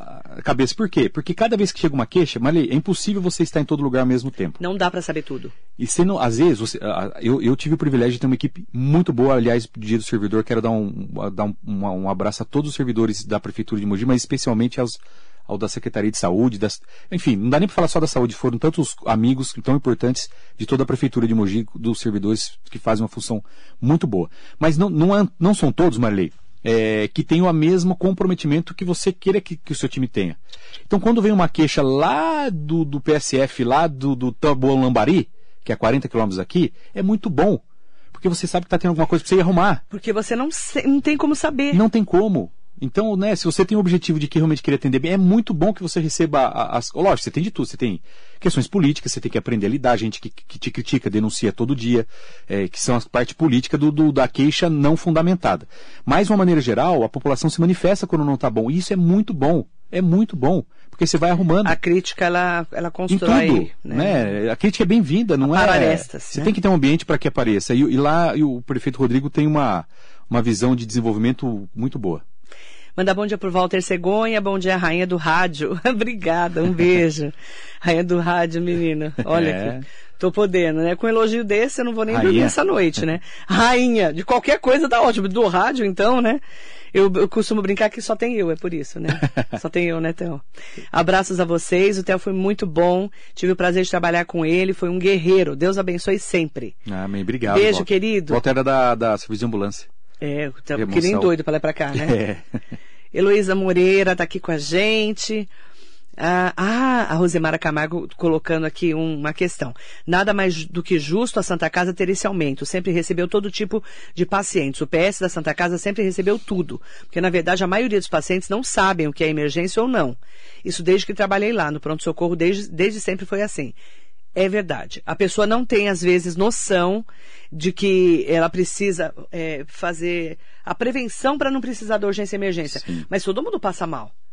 a cabeça. Por quê? Porque cada vez que chega uma queixa, Marilei, é impossível você estar em todo lugar ao mesmo tempo. Não dá para saber tudo. E você não, às vezes, você, a- a- eu, eu tive o privilégio de ter uma equipe muito boa, aliás, do Dia do Servidor, quero dar um, dar um, um, um abraço a todos os servidores da Prefeitura de Mogi, mas especialmente aos, ao da Secretaria de Saúde, das, enfim, não dá nem para falar só da saúde, foram tantos amigos tão importantes de toda a Prefeitura de Mogi, dos servidores que fazem uma função muito boa. Mas não, não, é- não são todos, Marilei, é, que tenham o mesmo comprometimento que você queira que, que o seu time tenha. Então, quando vem uma queixa lá do, do P S F, lá do, do Taboão Lambari, que é a quarenta quilômetros aqui, é muito bom. Porque você sabe que está tendo alguma coisa para você ir arrumar. Porque você não, se- não tem como saber. Não tem como. Então, né, se você tem o objetivo de que realmente querer atender bem, é muito bom que você receba a- as... Lógico, você tem de tudo. Você tem questões políticas, você tem que aprender a lidar, gente que, que te critica, denuncia todo dia, é, que são a parte política do, do- da queixa não fundamentada. Mas, de uma maneira geral, a população se manifesta quando não está bom. E isso é muito bom. É muito bom. Porque você vai arrumando. A crítica, ela, ela Em constrói... tudo, né? A crítica é bem-vinda, não é? Arestas, Você né? tem que ter um ambiente para que apareça. E, e lá e o prefeito Rodrigo tem uma, uma visão de desenvolvimento muito boa. Mandar bom dia pro Walter Cegonha, bom dia, rainha do rádio. Obrigada, um beijo. Rainha do rádio, menino. Olha É. aqui. Tô podendo, né? Com um elogio desse, eu não vou nem Rainha. dormir essa noite, né? Rainha, de qualquer coisa tá ótimo. Do rádio, então, né? Eu, eu costumo brincar que só tem eu, é por isso, né? Só tem eu, né, Theo? Abraços a vocês, o Theo foi muito bom. Tive o prazer de trabalhar com ele, foi um guerreiro. Deus abençoe sempre. Amém, obrigado. Beijo, Walter. querido. Walter era da, da Serviço de Ambulância. É, o Theo, Emoção. que nem doido pra lá e pra cá, né? É. Heloísa Moreira está aqui com a gente. Ah, ah, a Rosemara Camargo colocando aqui um- uma questão. Nada mais do que justo a Santa Casa ter esse aumento. Sempre recebeu todo tipo de pacientes. O P S da Santa Casa sempre recebeu tudo. Porque, na verdade, a maioria dos pacientes não sabem o que é emergência ou não. Isso desde que trabalhei lá no pronto-socorro, desde, desde sempre foi assim. É verdade. A pessoa não tem, às vezes, noção de que ela precisa é, fazer a prevenção para não precisar da urgência e emergência. Sim. Mas todo mundo passa mal.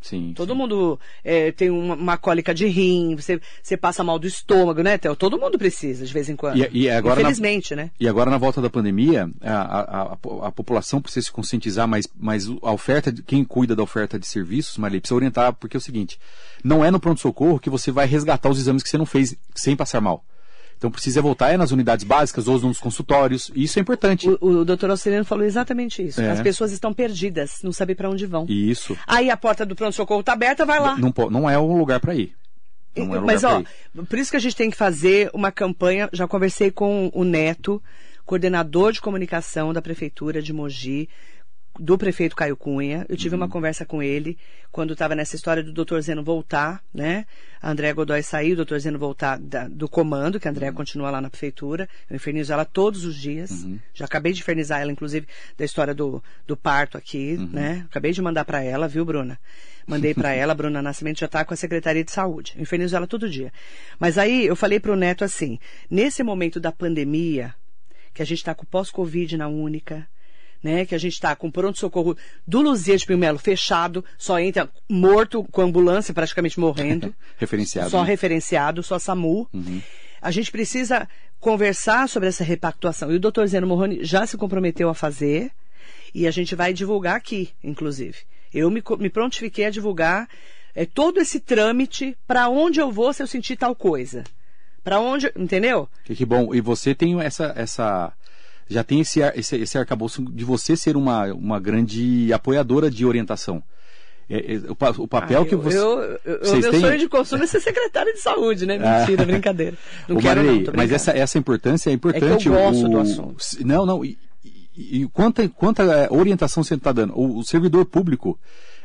Sim, Todo sim. mundo é, tem uma, uma cólica de rim, você, você passa mal do estômago, né, Theo? Todo mundo precisa, de vez em quando. E, e agora Infelizmente, na, né? E agora, na volta da pandemia, a, a, a, a população precisa se conscientizar, mas, mas a oferta, de, quem cuida da oferta de serviços, Marli, precisa orientar, porque é o seguinte, não é no pronto-socorro que você vai resgatar os exames que você não fez sem passar mal. Então precisa voltar é nas unidades básicas ou nos consultórios, e isso é importante. O, o doutor Auxiliano falou exatamente isso. É. As pessoas estão perdidas, não sabem para onde vão. Isso. Aí a porta do pronto-socorro está aberta, vai lá. Não, não, não é um lugar para ir. Não é um Mas, lugar ó, pra ir. por isso que a gente tem que fazer uma campanha. Já conversei com o Neto, coordenador de comunicação da Prefeitura de Mogi, do prefeito Caio Cunha. Eu tive uhum. uma conversa com ele quando estava nessa história do doutor Zeno voltar, né? A Andréa Godoy saiu, o doutor Zeno voltar da, do comando, que a Andréa uhum. continua lá na prefeitura. Eu infernizo ela todos os dias. Uhum. Já acabei de infernizar ela, inclusive, da história do, do parto aqui, uhum. né? Acabei de mandar para ela, viu, Bruna? Mandei para ela, a Bruna Nascimento já está com a Secretaria de Saúde. Eu infernizo ela todo dia. Mas aí eu falei pro Neto assim, nesse momento da pandemia, que a gente está com o pós-Covid na Única, né, que a gente está com o pronto-socorro do Luzia de Pio Melo fechado, só entra morto, com a ambulância praticamente morrendo. Referenciado. Só né? referenciado, só SAMU. Uhum. A gente precisa conversar sobre essa repactuação. E o doutor Zeno Morrone já se comprometeu a fazer, e a gente vai divulgar aqui, inclusive. Eu me, me prontifiquei a divulgar é, todo esse trâmite para onde eu vou se eu sentir tal coisa. Para onde, entendeu? Que, que bom. E você tem essa... essa... já tem esse, esse, esse arcabouço de você ser uma, uma grande apoiadora de orientação. É, é, o, o papel ah, eu, que você... Eu, eu, eu, meu têm... sonho de consumo é ser secretária de saúde, né? Mentira, ah. brincadeira. Não Ô, quero Marley, não, mas essa, essa importância é importante. É que eu gosto o, do assunto. Não, não. E, e, e quanta, quanta orientação você está dando? O, o servidor público...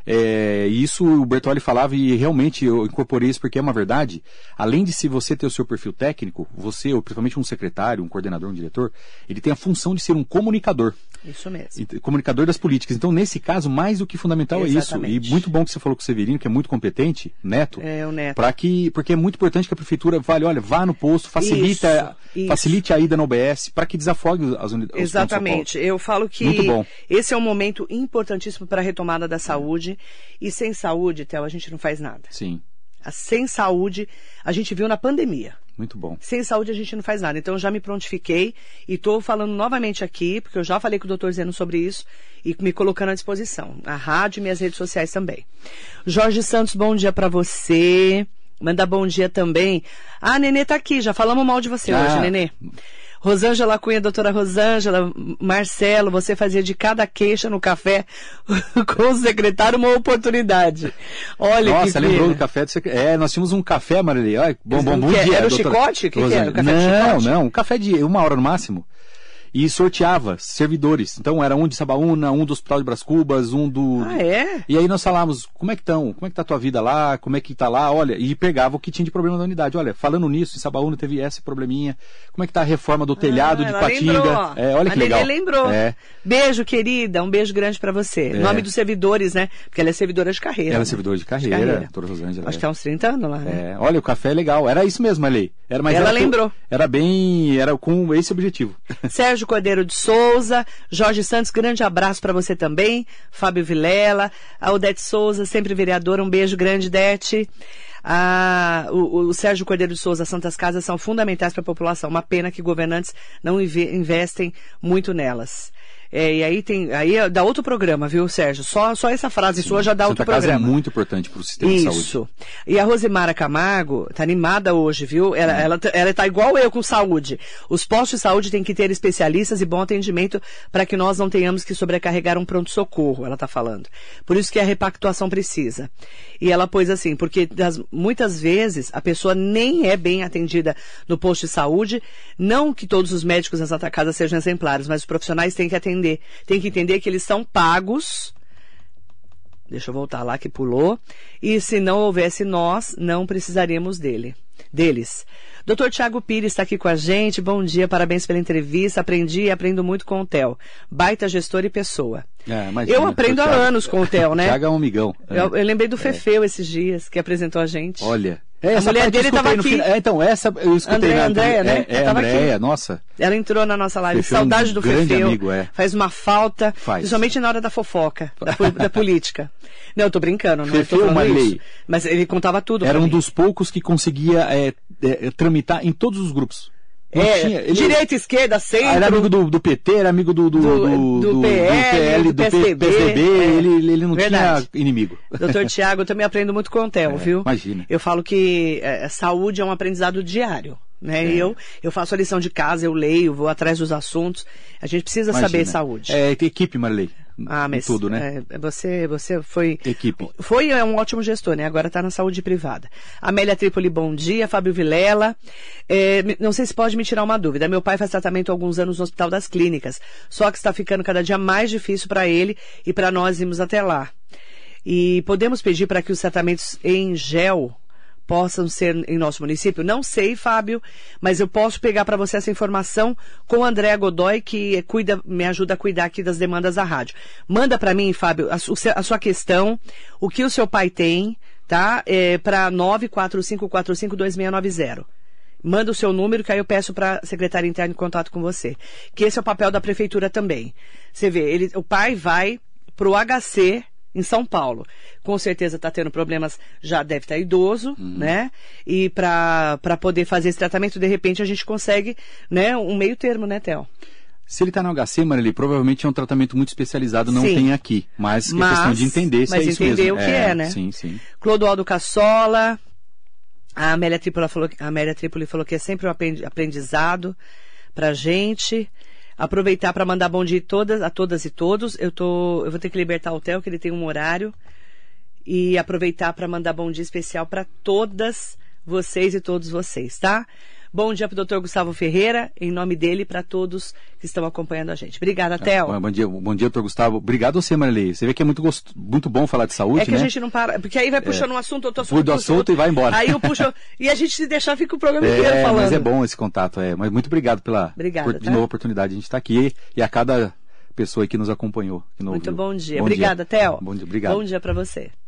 É, isso o Bertoli falava e realmente eu incorporei isso porque é uma verdade. Além de se você ter o seu perfil técnico, você, ou principalmente um secretário, um coordenador, um diretor, ele tem a função de ser um comunicador. Isso mesmo. Comunicador das políticas. Então, nesse caso, mais do que fundamental Exatamente. é isso. E muito bom que você falou com o Severino, que é muito competente, Neto. É, o Neto. Pra que, porque é muito importante que a prefeitura fale, olha, vá no posto, facilita, isso, facilite isso. a ida na O B S, para que desafogue as unidades. Exatamente. Eu falo que muito bom. Esse é um momento importantíssimo para a retomada da saúde. E sem saúde, Theo, a gente não faz nada. Sim. Sem saúde, a gente viu na pandemia. Muito bom. Sem saúde a gente não faz nada. Então eu já me prontifiquei e estou falando novamente aqui, porque eu já falei com o doutor Zeno sobre isso e me colocando à disposição. A rádio e minhas redes sociais também. Jorge Santos, bom dia para você. Manda bom dia também. Ah, a Nenê tá aqui, já falamos mal de você ah. hoje, Nenê. Rosângela Cunha, doutora Rosângela, Marcelo, você fazia de cada queixa no café com o secretário uma oportunidade. Olha Nossa, que Nossa, lembrou do café do secretário. É, nós tínhamos um café, Marilei. Olha, bom, bom, bom que dia. Era o doutora... chicote? O que, que era? O café não, de chicote? Não, um café de uma hora no máximo. E sorteava servidores. Então era um de Sabaúna, um do Hospital de Brás Cubas, um do... Ah, é? E aí nós falávamos, como é que estão? Como é que tá a tua vida lá? Como é que tá lá? Olha, e pegava o que tinha de problema da unidade. Olha, falando nisso, em Sabaúna teve esse probleminha. Como é que tá a reforma do telhado ah, de Patinga? Lembrou. É, olha que a legal. A lembrou. É. Beijo, querida. Um beijo grande pra você. É. Nome dos servidores, né? Porque ela é servidora de carreira. Ela né? é servidora de carreira, de carreira. Doutora Rosângela. Acho é. que há uns trinta anos lá, né? É. Olha, o café é legal. Era isso mesmo, Marley. Era, mas ela era lembrou. Com, era bem... Era com esse objetivo. Sérgio Cordeiro de Souza, Jorge Santos, grande abraço para você também. Fábio Vilela, a Odete Souza, sempre vereadora, um beijo grande, Dete. Ah, o, o Sérgio Cordeiro de Souza, Santas Casas são fundamentais para a população. Uma pena que governantes não investem muito nelas. É, e aí tem, aí dá outro programa, viu, Sérgio? Só, só essa frase Sim. sua já dá Santa outro Casa programa. É muito importante para o sistema Isso. de saúde. Isso. E a Rosemara Camargo tá animada hoje, viu? Ela, hum. ela, ela tá igual eu com saúde. Os postos de saúde têm que ter especialistas e bom atendimento para que nós não tenhamos que sobrecarregar um pronto-socorro, ela tá falando. Por isso que a repactuação precisa. E ela pôs assim, porque das, muitas vezes a pessoa nem é bem atendida no posto de saúde, não que todos os médicos nas Santa Casa sejam exemplares, mas os profissionais têm que atender. Tem que entender que eles são pagos. Deixa eu voltar lá que pulou. E se não houvesse nós, não precisaríamos dele, deles. doutor Tiago Pires está aqui com a gente. Bom dia, parabéns pela entrevista. Aprendi e aprendo muito com o Theo. Baita gestor e pessoa. É, imagina, eu aprendo há anos com o Theo, né? Tiago é um amigão. Eu, eu lembrei do Fefeu é. esses dias, que apresentou a gente. Olha, É, a mulher dele estava aqui. É, então, essa eu escutei. Andréia, na, Andréia, né? É, é Andréia, nossa. Ela entrou na nossa live. Fefeu é um Saudade do grande Fefeu. amigo, é. Faz uma falta, Faz. principalmente na hora da fofoca, da, da política. Não, eu tô brincando, não Fefeu, tô falando Marley, isso. Mas ele contava tudo. Era um mim. dos poucos que conseguia é, é, tramitar em todos os grupos. Não É, tinha, ele, direita, esquerda, centro. Era amigo do, do P T, era amigo do, do, do, do, do, do P L, do, do P S D B. P S D B, É, ele, ele não verdade. tinha inimigo. Doutor Tiago, eu também aprendo muito com o Theo, É, viu? imagina. Eu falo que é, saúde é um aprendizado diário. Né? É. Eu, eu faço a lição de casa, eu leio, vou atrás dos assuntos. A gente precisa Imagina. saber saúde. É, tem equipe, Marley. Ah, mas tudo, né? É, você, você foi. Equipe. Foi é um ótimo gestor, né? Agora está na saúde privada. Amélia Trípoli, bom dia. Fábio Vilela. É, não sei se pode me tirar uma dúvida. Meu pai faz tratamento há alguns anos no Hospital das Clínicas. Só que está ficando cada dia mais difícil para ele e para nós irmos até lá. E podemos pedir para que os tratamentos em gel possam ser em nosso município? Não sei, Fábio, mas eu posso pegar para você essa informação com a Andréa Godoy, que cuida, me ajuda a cuidar aqui das demandas da rádio. Manda para mim, Fábio, a, su, a sua questão, o que o seu pai tem, tá? É, para nove quatro cinco quatro cinco dois seis nove zero. Manda o seu número, que aí eu peço para a secretária entrar em contato com você. Que esse é o papel da prefeitura também. Você vê, ele, o pai vai pro H C em São Paulo. Com certeza está tendo problemas, já deve estar idoso, uhum. né? E para poder fazer esse tratamento, de repente a gente consegue, né, um meio termo, né, Theo? Se ele está no H C, Marili, provavelmente é um tratamento muito especializado, não sim. tem aqui. Mas, mas é questão de entender se é isso mesmo. Mas entender o que é, é, né? Sim, sim. Clodoaldo Cassola, a Amélia Trípoli falou, a Amélia Trípoli falou que é sempre um aprendizado pra gente. Aproveitar para mandar bom dia todas, a todas e todos. Eu, tô, eu vou ter que libertar o Theo, que ele tem um horário. E aproveitar para mandar bom dia especial para todas vocês e todos vocês, tá? Bom dia para o doutor Gustavo Ferreira, em nome dele, para todos que estão acompanhando a gente. Obrigada, Theo. Ah, bom dia, bom dia, doutor Gustavo. Obrigado a você, Marli. Você vê que é muito, gost... muito bom falar de saúde, né? É que né? a gente não para, porque aí vai puxando é. um assunto, outro assunto. Puxa o assunto outro, e vai embora. Aí eu puxo, e a gente se deixar, fica o programa é, inteiro falando. Mas é bom esse contato, é. Mas muito obrigado pela Obrigada, por, de tá? novo oportunidade de a gente estar aqui e a cada pessoa que nos acompanhou. Que muito ouviu. bom dia. Bom Obrigada, dia. Theo. Bom dia, obrigado. Bom dia para você.